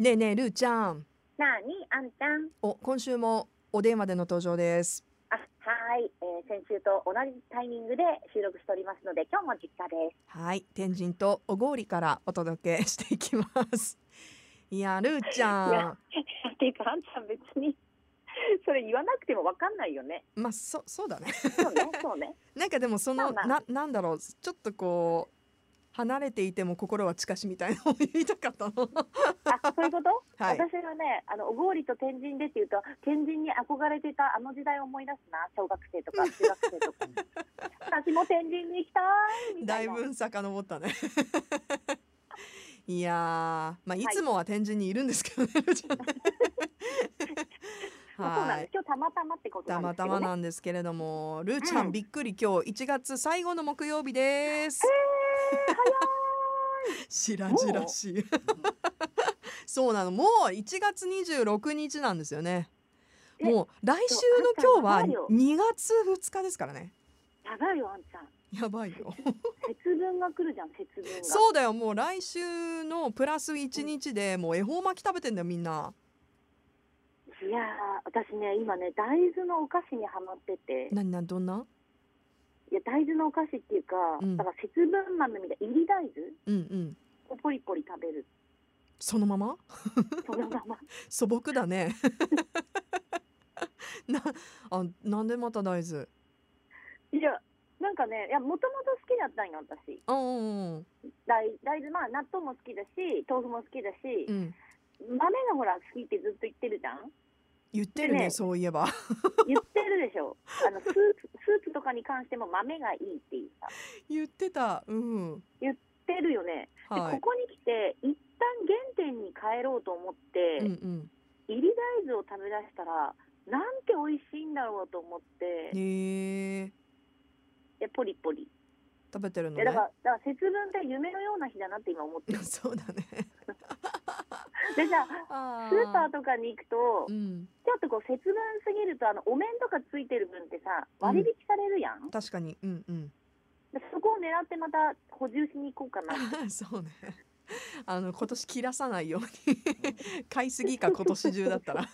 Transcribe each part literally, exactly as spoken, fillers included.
ねえねえ、るーちゃん。 なーに、あんちゃん。 お、今週もお電話での登場です。 あ、はい、えー、先週と同じタイミングで収録しておりますので、今日も実家です。 はい、天神と小郡からお届けしていきます。いや、るーちいや、 ゃん。 っていうか、あんちゃん別にそれ言わなくてもわかんないよね。 まあ、そ、そうだね。 そうね、そうね。 なんかでもその、 まあまあな、なんだろう、ちょっとこう、離れていても心は近しみたいなのを言いたかったの。 あ、そういうこと、 はい私はね、あの、小郡と天神でっていうと、天神に憧れてたあの時代を思い出すな、小学生とか中学生とかに。私も天神に行きたいみたいな。 だいぶ遡ったね。いやー、まあ、いはいつもは天神にいるんですけどね、るーちゃんね。 まあそうなんです。 はい。 今日たまたまってことなたまたんですけどね。 まなんですけれども、るーちゃん、 うん。 びっくり、今日いちがつ最後の木曜日でえす。 ー、早い。 白々しい。そうなの、もういちがつにじゅうろくにちなんですよね。 えもう来週の今日はにがつふつかですからね。 やばいよ、あんちゃん。 やばいよ。 節分が来るじゃん、節分が。 そうだよ、もう来週のプラスいちにちでもう恵方巻き食べてんだよ、みんな。 いやー、私ね、今ね、大豆のお菓子にハマってて。 なになに、どんな？ いや、大豆のお菓子っていうか、 うんだから節分豆みたいな、入り大豆うんうん。 をポリポリ食べる。 そのままそのまま。 素朴だね。な、あ、なんでまた大豆？ いや、なんかね、いや、もともと好きだったんよ、私。 あうん大大豆、まあ、納豆も好きだし、豆腐も好きだし、 うん。 豆がほら、好きってずっと言ってるじゃん。 言ってるね、 ねそういえば。 言ってるでしょ。あのスープスープとかに関しても豆がいいっていうさ、 言ってた。うん。 言ってるよね。で、 はい。 ここに来て一旦原点に帰ろうと思って、 うんうん。 入り大豆を食べ出したらなんて美味しいんだろうと思って、 へえ。 でポリポリ。 食べてるのでだかね。 らだから節分って夢のような日だなって今思ってる。 そうだね。 でじゃああスーパーとかに行くと、 うん。 ちょっとこう節分すぎるとあのお面とかついてる分ってさ割引されるやん。 確かに。うんうん。 でそこを狙ってまた補充しに行こうかな。 そうね。あの今年切らさないように買いすぎか今年中だったら。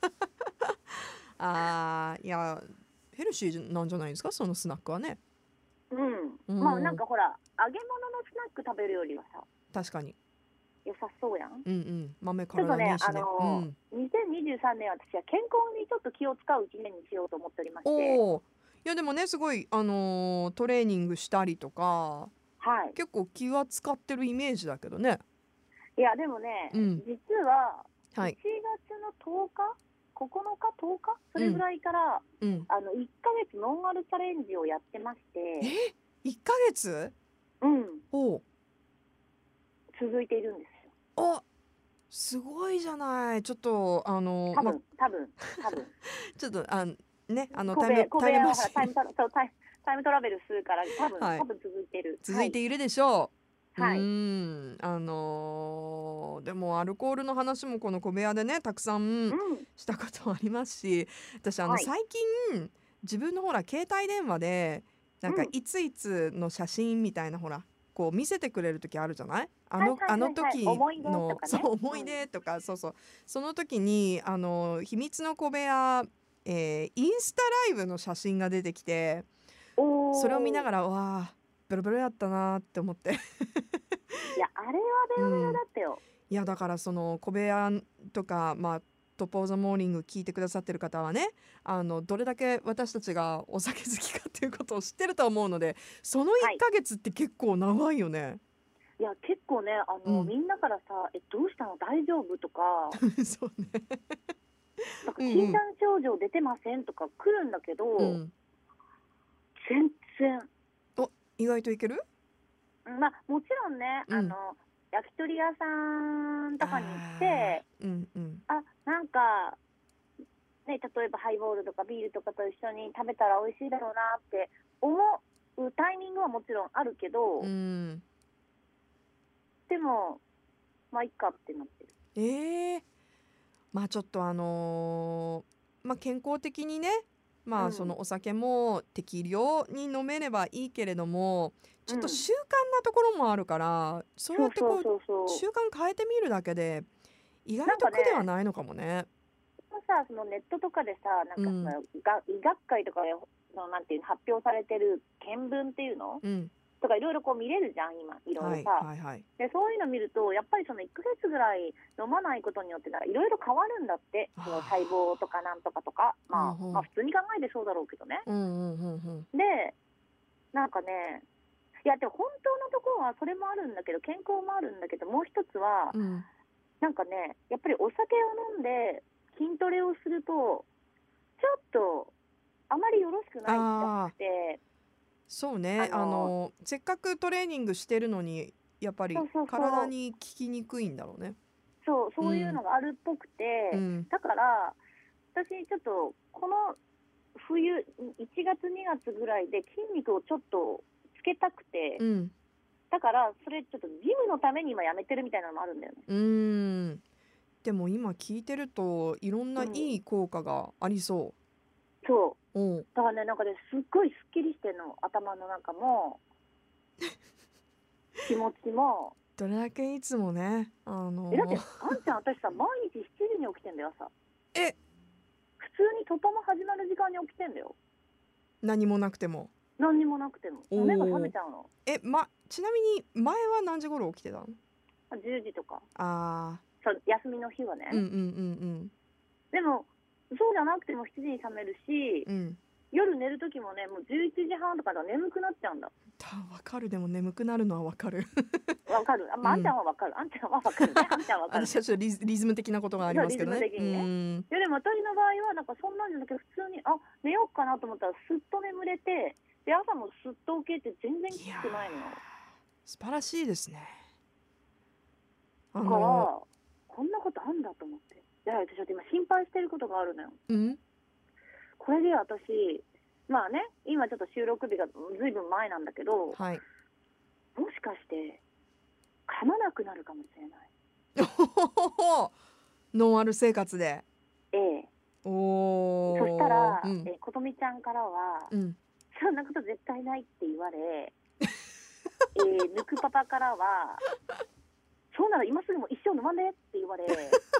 あー、いやヘルシーなんじゃないですか、そのスナックはね。 うん、 うんまあなんかほら揚げ物のスナック食べるよりはさ確かに。 良さそうやん。 うんうん。豆ちょっとね、あ体にいいしね。 のうん。 ーにせんにじゅうさんねん私は健康にちょっと気を使ういちねんにしようと思っておりまして、 おお。いやでもね、すごいあのートレーニングしたりとかはい。 結構気は使ってるイメージだけどね。 いやでもね、 うん実ははいいちがつのとおか、ここのか、とおかそれぐらいから、 うん。 あのいっかげつノンアルチャレンジをやってまして、 えいっかげつ？ うん、 おう続いているんですよ。 あ、すごいじゃない。ちょっとあのま多分、多分、多分。 ちょっとあね、あの小タイムタイ部小部屋ムマシンはほらタイムトラそうタイタイムトラベルするから多分、 はい多分続いてる。 続いているでしょう。 はい。 うーん、あのーでもアルコールの話もこの小部屋でねたくさんうん。 したことありますし、私あのはい最近自分のほら携帯電話でなんかうんいついつの写真みたいなほらこう見せてくれる時あるじゃない？あの、 はいはいはいはいあの時思い出とのかねそう思い出とか、そうそうその時にあの秘密の小部屋、えーインスタライブの写真が出てきて、 おーそれを見ながらわあベロベロやったなーって思って。 いやあれはベロベロだったよ。 いやだからその小部屋とかまあトップオブザモーニング聞いてくださってる方はね、あのどれだけ私たちがお酒好きかっていうことを知ってると思うので、そのはいいっかげつって結構長いよね。 いや結構ねあの、 うんみんなからさえどうしたの大丈夫とかそうね。 なんかうんうん禁断症状出てませんとか来るんだけど、 うん。 全然お意外といける？ まあもちろんね、 うんあの焼き鳥屋さんとかに行ってあーうんうんあなんかね、例えばハイボールとかビールとかと一緒に食べたら美味しいだろうなって思うタイミングはもちろんあるけど、 うんでもまあいっかってなってる。 えー、まあちょっとあのーまあ健康的にね、まうんあそのお酒も適量に飲めればいいけれども、ちょっとうん習慣なところもあるから、そうやってこうそうそうそうそう習慣変えてみるだけで意外なんかね、 と苦ではないのかもね。 さ、そのネットとかでさ、なんかその、が医学会とかでそのなんていうの発表されてる見聞っていうのうん、 とかいろいろこう見れるじゃん今いろはいいろさ。 はいはい。 でそういうの見るとやっぱりそのいっかげつぐらい飲まないことによってなんかいろいろ変わるんだって、その細胞とかなんとかとか、まあ、 うんうんまあ普通に考えてそうだろうけどね。 うんうんうんうん。 でなんかね、いやでも本当のところはそれもあるんだけど健康もあるんだけど、もう一つはうん、 なんかね、やっぱりお酒を飲んで筋トレをするとちょっとあまりよろしくないらしくて、 そうあね。あののせっかくトレーニングしてるのにやっぱりそうそうそう体に効きにくいんだろうね。 そううそういうのんがあるっぽくて、 うん。 だから私ちょっとこの冬いちがつにがつぐらいで筋肉をちょっとつけたくて、 うん。 だからそれちょっとジムのために今やめてるみたいなのもあるんだよね。 うーん。でも今聞いてるといろんなうん、 いい効果がありそそうう。おう。 だからね、なんかねすっごいすっきりしてんの、頭の中も気持ちも。 どれだけいつもね、あえだってのあんちゃん私さ毎日しちじに起きてんだよ朝。 え、 普通にトパも始まる時間に起きてんだよ。 何もなくても。 何にもなくてもおー目が覚めちゃうの。 え、ま、ちなみに前は何時頃起きてたの？ じゅうじとか、 あそう休みの日はね、 あ、うんうんうんでもそうじゃなくてもしちじに覚めるし、 うん。うん夜寝る時もねもうじゅういちじはんとかでは眠くなっちゃうんだ。 たわかる。でも眠くなるのはわかる。 わかるあ、まあ、 うんあんちゃんはわかる、あんちゃんはわかるね、あんちゃんはわかるね。 私はちょっとリズ、リズム的なことがありますけどね。 そうリズム的にねうんいやでも私の場合はなんかそんなんじゃなくて普通にあ寝ようかなと思ったらすっと眠れて、で朝もすっと起きて全然きついやくないのよ。 ー素晴らしいですね。あだからのこんなことあんだと思って、いや私ちょっと今心配してることがあるのよ。 うんこれで私まあね今ちょっと収録日がずいぶん前なんだけど、 はい。 もしかして噛まなくなるかもしれない。 ノンアル生活で。 ええおお。 そしたら、 うんえことみちゃんからは、 うん。 そんなこと絶対ないって言われ、えー、ぬくパパからは、そうなら今すぐも一生飲まんでって言われ、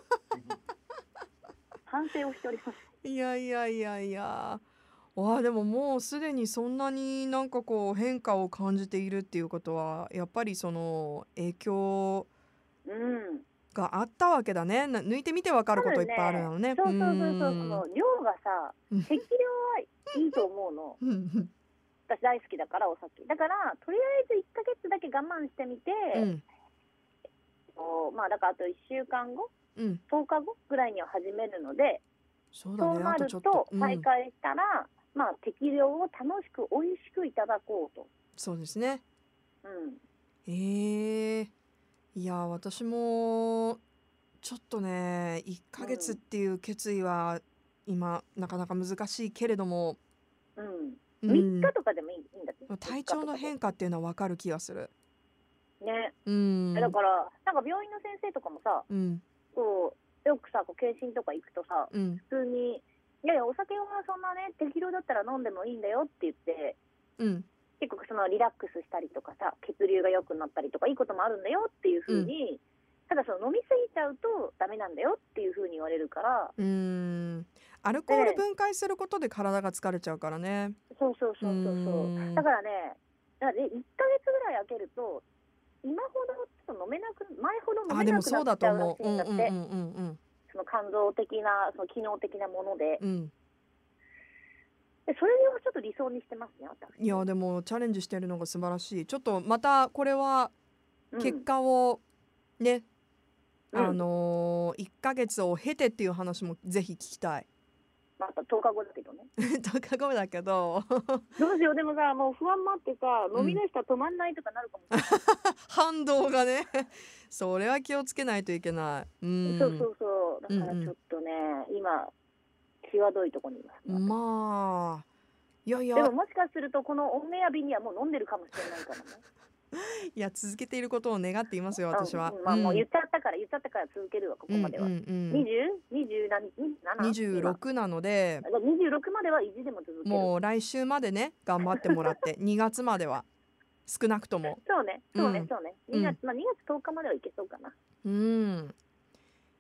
反省をしております。 いやいやいやいや。わあ、でももうすでにそんなになんかこう変化を感じているっていうことはやっぱりその影響うん。 があったわけだね。な抜いてみてわかることいっぱいあるのね。 そうそうそうそう、そーんの量がさ、適量はいいと思うの。 うんうん私大好きだからお酒。だからとりあえずいっかげつだけ我慢してみて、 うんこうまあだからあといっしゅうかんご、 うん。 とおかごぐらいには始めるので、 そうだね。 そうなるあとちょっとと。 うん再開したら、まあ適量を楽しく美味しくいただこうと。 そうですね。 うん。 ええいや私もちょっとねいっかげつっていう決意は今なかなか難しいけれども、 うん。 うみっん、 かとかでもいいいいんだって。 体調の変化っていうのは分かる気がする。 ね。 うんだからなんか病院の先生とかもさ、 うんこうよくさこう検診とか行くとさ、 うん普通にいやいやお酒はそんなね適量だったら飲んでもいいんだよって言って、 うん結構そのリラックスしたりとかさ血流が良くなったりとかいいこともあるんだよっていう風に、ただその飲みすぎちゃうとダメなんだよっていう風に言われるから、 うんアルコール分解することで体が疲れちゃうからね。 そうそうそうそうそううんだからね、だからいっかげつぐらい空けると今ほどちょっと飲めなく前ほど飲あめでもそうだなくなっちゃうらと思う。うんしいんだって、 うんうんうんうんその肝臓的なその機能的なもので、 うんでそれをちょっと理想にしてますね私。 いやでもチャレンジしてるのが素晴らしい。ちょっとまたこれはうん結果をね、 うんあのー、いっかげつを経てっていう話もぜひ聞きたい。 またとおかごだけどね。 とおかごだけどどうしようでもさもう不安もあってさうん飲み出したら止まんないとかなるかもしれない。 反動がねそれは気をつけないといけない。うんそうそうそうだからうんうんちょっとね、今際どいとこにいます、ね。 まあいやいやでももしかするとこのオンエア日にはもう飲んでるかもしれないからね。 いや続けていることを願っていますよ私は。 うんまあもう言っちゃったから、言っちゃったから続けるわここまでは。 うんうんうんにじゅう、にじゅう何、にじゅうなな、 にじゅうろくなので今にじゅうろくまでは意地でも続ける。 もう来週までね頑張ってもらってにがつまでは少なくともそうね、そうね、 うんそうね。 うんにがつ、まあにがつとおかまではいけそうかな。 うん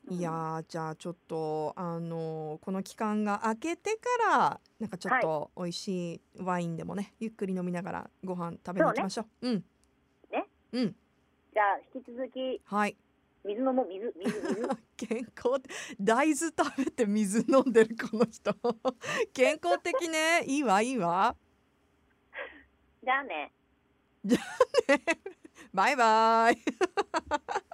いやーじゃあちょっとあのーこの期間が明けてからなんかちょっはい。 と美味しいワインでもねゆっくり飲みながらご飯食べに行きましょう。うんね。 うんじゃあ引き続きはい水飲もう水水水。 健康って大豆食べて水飲んでるこの人健康的ねいいわいいわじゃあね。 バイバイ